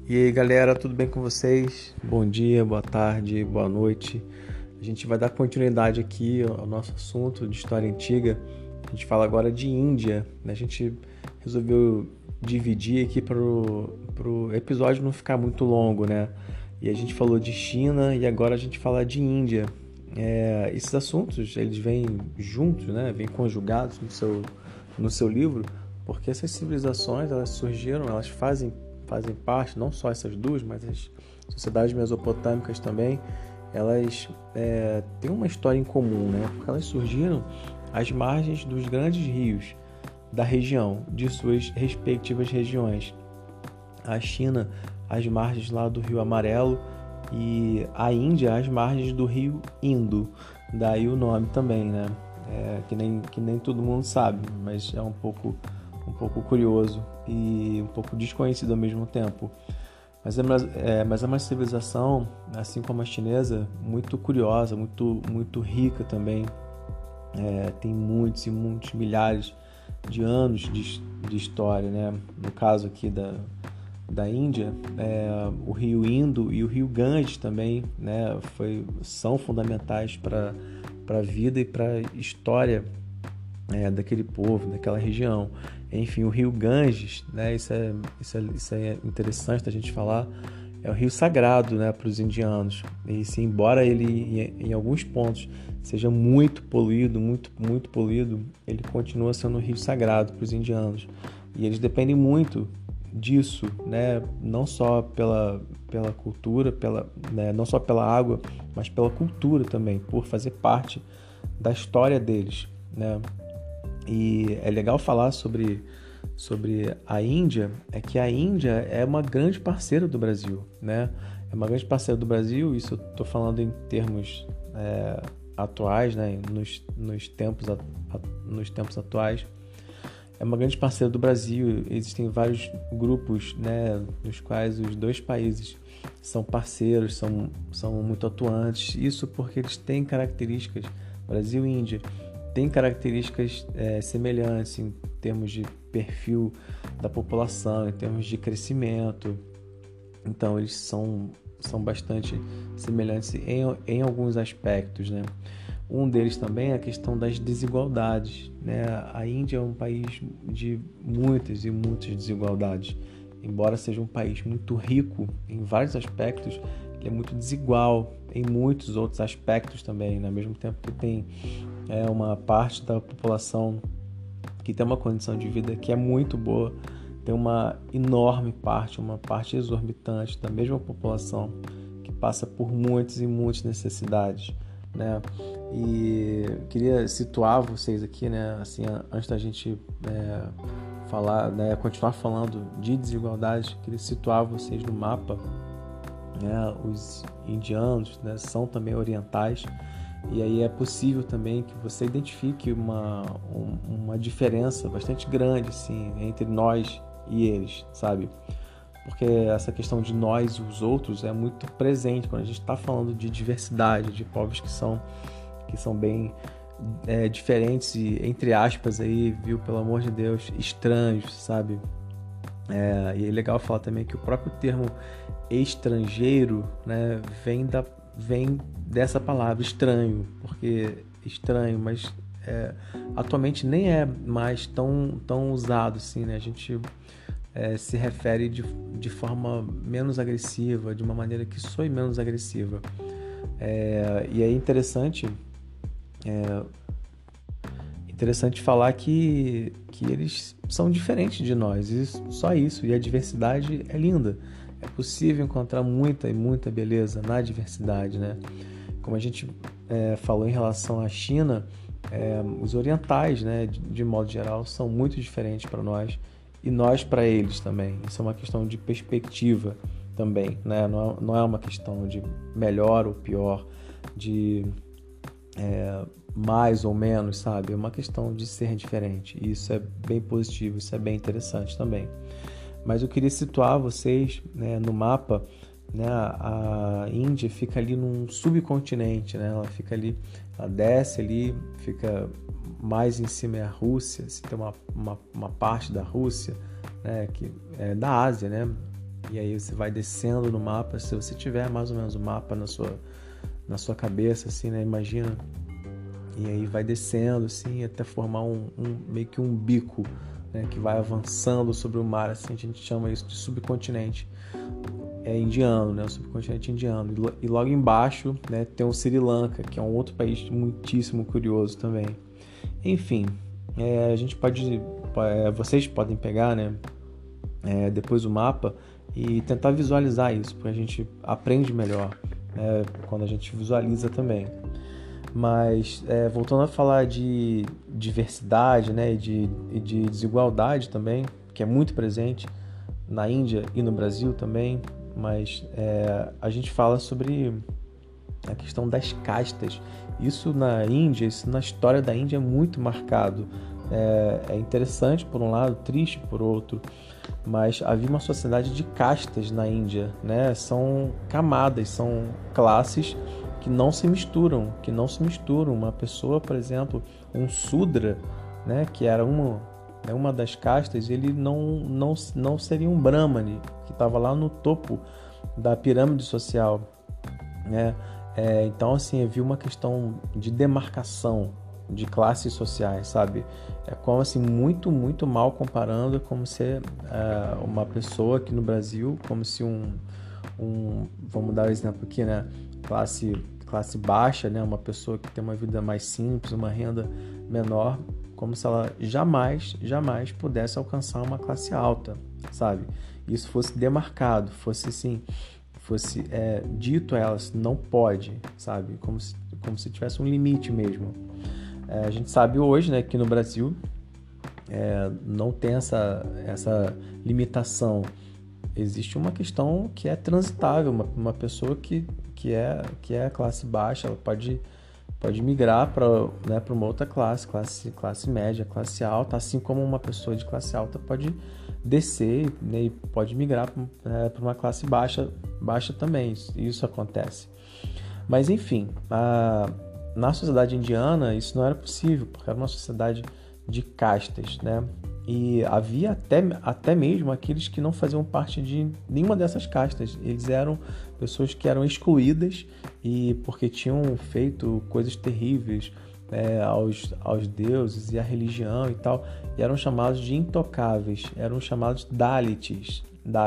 E aí galera, tudo bem com vocês? Bom dia, boa tarde, boa noite. A gente vai dar continuidade aqui ao nosso assunto de história antiga. A gente fala agora de Índia, né? A gente resolveu dividir aqui para o episódio não ficar muito longo, né? E a gente falou de China e agora a gente fala de Índia. Esses assuntos, eles vêm juntos, né? Vêm conjugados no seu livro, porque essas civilizações, elas surgiram, elas fazem parte, não só essas duas, mas as sociedades mesopotâmicas também, elas têm uma história em comum, né? Porque elas surgiram às margens dos grandes rios da região, de suas respectivas regiões. A China, às margens lá do Rio Amarelo, e a Índia, às margens do Rio Indo. Daí o nome também, né? Que nem todo mundo sabe, mas é um pouco curioso e um pouco desconhecido ao mesmo tempo. Mas é uma civilização, assim como a chinesa, muito curiosa, muito rica também. Tem muitos e muitos milhares de anos de história, né? No caso aqui da Índia, o rio Indo e o rio Ganges também, né? São fundamentais para a vida e para a história daquele povo, daquela região. Enfim, o rio Ganges, né, isso é interessante da gente falar, é o rio sagrado, né, para os indianos. E se embora ele, em alguns pontos, seja muito poluído, muito poluído, ele continua sendo um rio sagrado para os indianos. E eles dependem muito disso, né, não só pela cultura, né, não só pela água, mas pela cultura também, por fazer parte da história deles, né? E é legal falar sobre a Índia, é que a Índia é uma grande parceira do Brasil, né? É uma grande parceira do Brasil, isso eu estou falando em termos atuais, né? Nos tempos atuais. É uma grande parceira do Brasil, existem vários grupos, né, nos quais os dois países são parceiros, são muito atuantes, isso porque eles têm características, Brasil e Índia, tem características semelhantes em termos de perfil da população, em termos de crescimento. Então, eles são bastante semelhantes em alguns aspectos, né? Um deles também é a questão das desigualdades, né? A Índia é um país de muitas e muitas desigualdades. Embora seja um país muito rico em vários aspectos, ele é muito desigual em muitos outros aspectos também, né? Ao mesmo tempo que tem uma parte da população que tem uma condição de vida que é muito boa, tem uma enorme parte, uma parte exorbitante da mesma população que passa por muitas e muitas necessidades, né? E queria situar vocês aqui, né? Assim, antes da gente falar, né? Continuar falando de desigualdades, queria situar vocês no mapa, né? Os indianos, né, são também orientais. E aí é possível também que você identifique uma diferença bastante grande, assim, entre nós e eles, sabe? Porque essa questão de nós e os outros é muito presente quando a gente está falando de diversidade, de povos que são bem diferentes e, entre aspas, aí, viu, pelo amor de Deus, estranhos, sabe? E é legal falar também que o próprio termo estrangeiro, né, vem dessa palavra estranho, porque estranho, mas atualmente nem é mais tão usado assim, né? A gente se refere de forma menos agressiva, de uma maneira que soe menos agressiva. E é interessante falar que eles são diferentes de nós, só isso, e a diversidade é linda. É possível encontrar muita e muita beleza na diversidade, né? Como a gente falou em relação à China, os orientais, né, de modo geral, são muito diferentes para nós e nós para eles também. Isso é uma questão de perspectiva também, né? Não é uma questão de melhor ou pior, de mais ou menos, sabe? É uma questão de ser diferente. E isso é bem positivo, isso é bem interessante também. Mas eu queria situar vocês, né, no mapa, né? A Índia fica ali num subcontinente, né? Ela fica ali, ela desce ali, fica mais em cima é a Rússia, se tem uma parte da Rússia, né, que é da Ásia, né? E aí você vai descendo no mapa, se você tiver mais ou menos o mapa na sua cabeça, assim, né? Imagina. E aí vai descendo, assim, até formar meio que um bico, né? Que vai avançando sobre o mar, assim, a gente chama isso de subcontinente indiano, né? O subcontinente indiano. E logo embaixo, né, tem o Sri Lanka, que é um outro país muitíssimo curioso também. Enfim, a gente vocês podem pegar, né, depois o mapa e tentar visualizar isso, porque a gente aprende melhor, né, quando a gente visualiza também. Mas voltando a falar de diversidade, né, e de desigualdade também, que é muito presente na Índia e no Brasil também, mas a gente fala sobre a questão das castas. Isso na Índia, isso na história da Índia é muito marcado. É interessante por um lado, triste por outro, mas havia uma sociedade de castas na Índia, né? São camadas, são classes que não se misturam. Uma pessoa, por exemplo, um Sudra, né? Que era uma das castas, ele não seria um Brahmane, que estava lá no topo da pirâmide social, né? Então, assim, havia uma questão de demarcação de classes sociais, sabe? É como, assim, muito, muito mal comparando, como se uma pessoa aqui no Brasil, como se vamos dar um exemplo aqui, né? Classe baixa, né? Uma pessoa que tem uma vida mais simples, uma renda menor, como se ela jamais pudesse alcançar uma classe alta, sabe? Isso fosse demarcado, fosse dito a elas, não pode, sabe? Como se tivesse um limite mesmo. A gente sabe hoje, né, que no Brasil não tem essa limitação. Existe uma questão que é transitável, uma pessoa que é classe baixa, ela pode migrar para uma outra classe média, classe alta, assim como uma pessoa de classe alta pode descer, né, e pode migrar para uma classe baixa também. Isso acontece. Mas enfim, na sociedade indiana isso não era possível, porque era uma sociedade de castas, né? E havia até mesmo aqueles que não faziam parte de nenhuma dessas castas. Eles eram pessoas que eram excluídas e porque tinham feito coisas terríveis aos deuses e à religião e tal, e eram chamados de intocáveis, eram chamados Dalits.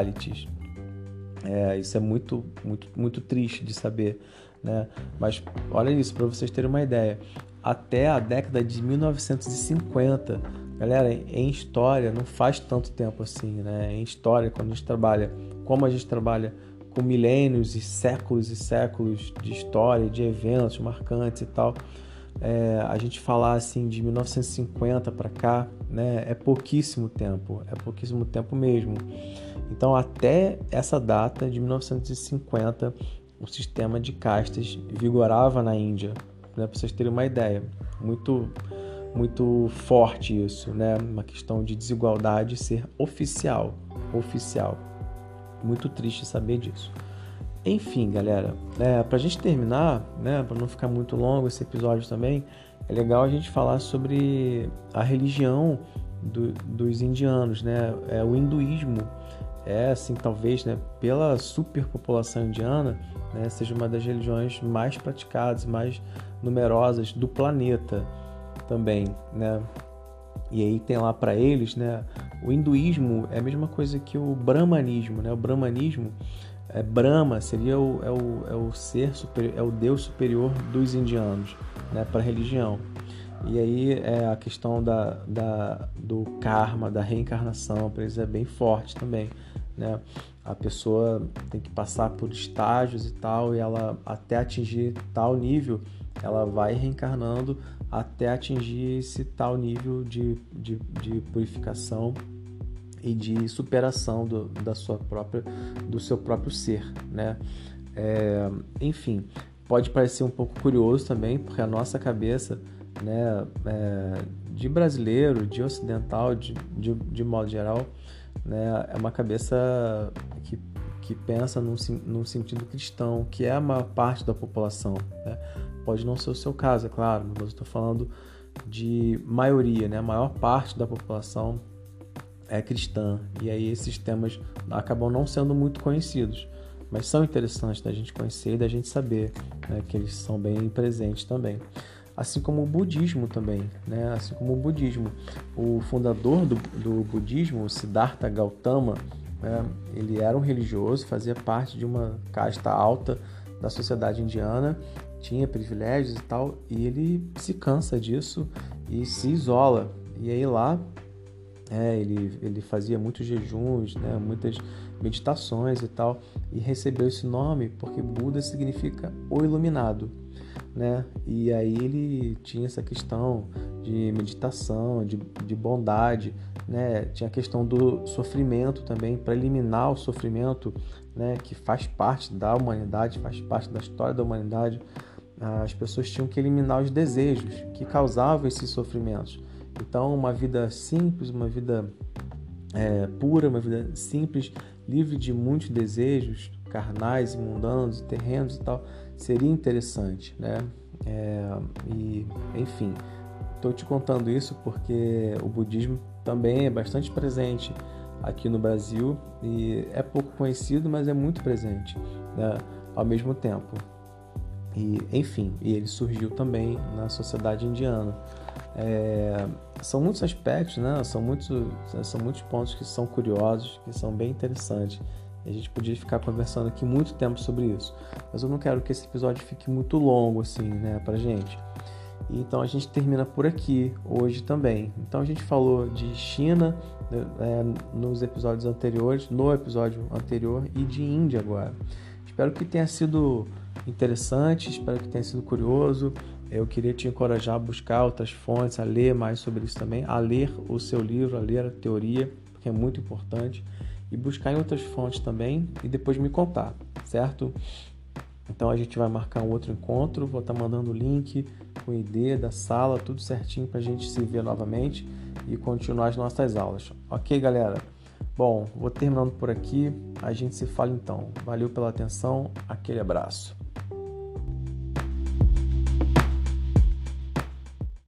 Isso é muito, muito, muito triste de saber, né? Mas olha isso, para vocês terem uma ideia, até a década de 1950, galera, em história não faz tanto tempo assim, né? Em história, quando a gente trabalha, como a gente trabalha com milênios e séculos de história, de eventos marcantes e tal, a gente falar assim de 1950 para cá, né? É pouquíssimo tempo mesmo. Então, até essa data de 1950, o sistema de castas vigorava na Índia, né? Para vocês terem uma ideia, muito, muito forte isso, né? Uma questão de desigualdade ser oficial. Muito triste saber disso. Enfim, galera, para a gente terminar, né? Para não ficar muito longo esse episódio também, é legal a gente falar sobre a religião dos indianos, né? O hinduísmo assim, talvez, né, pela superpopulação indiana, né, seja uma das religiões mais praticadas, mais numerosas do planeta também, né? E aí tem lá para eles, né, o hinduísmo é a mesma coisa que o brahmanismo, né? O brahmanismo, Brahma seria o ser superior, é o Deus superior dos indianos, né, para a religião. E aí a questão do karma, da reencarnação, para eles é bem forte também, né? A pessoa tem que passar por estágios e tal, e ela, até atingir tal nível, ela vai reencarnando até atingir esse tal nível de purificação e de superação do seu próprio ser, né? Enfim, pode parecer um pouco curioso também, porque a nossa cabeça, né, de brasileiro, de ocidental, de modo geral, né, é uma cabeça que pensa num sentido cristão, que é a maior parte da população, né? Pode não ser o seu caso, é claro, mas eu estou falando de maioria, né? A maior parte da população é cristã. E aí esses temas acabam não sendo muito conhecidos, mas são interessantes da gente conhecer e da gente saber, né, que eles são bem presentes também. Assim como o budismo também, né? Assim como o budismo. O fundador do budismo, o Siddhartha Gautama, né, ele era um religioso, fazia parte de uma casta alta da sociedade indiana, tinha privilégios e tal, e ele se cansa disso e se isola. E aí lá ele fazia muitos jejuns, né, muitas meditações e tal, e recebeu esse nome porque Buda significa o iluminado, né? E aí ele tinha essa questão de meditação, de bondade, né? Tinha a questão do sofrimento também, para eliminar o sofrimento, né, que faz parte da humanidade, faz parte da história da humanidade. As pessoas tinham que eliminar os desejos que causavam esses sofrimentos. Então, uma vida simples, uma vida pura, uma vida simples, livre de muitos desejos carnais e mundanos, terrenos e tal, seria interessante, né? E, enfim, estou te contando isso porque o budismo também é bastante presente aqui no Brasil e é pouco conhecido, mas é muito presente, né, ao mesmo tempo. E, enfim, ele surgiu também na sociedade indiana. São muitos aspectos, né? São muitos pontos que são curiosos, que são bem interessantes. A gente podia ficar conversando aqui muito tempo sobre isso, mas eu não quero que esse episódio fique muito longo assim, né, pra gente. Então a gente termina por aqui hoje também. Então a gente falou de China nos episódios anteriores, no episódio anterior, e de Índia agora. Espero que tenha sido interessante, espero que tenha sido curioso. Eu queria te encorajar a buscar outras fontes, a ler mais sobre isso também, a ler o seu livro, a ler a teoria, porque é muito importante, e buscar em outras fontes também e depois me contar, certo? Então a gente vai marcar um outro encontro, vou estar mandando o link com o ID da sala, tudo certinho para a gente se ver novamente e continuar as nossas aulas. Ok, galera? Bom, vou terminando por aqui, a gente se fala então. Valeu pela atenção, aquele abraço.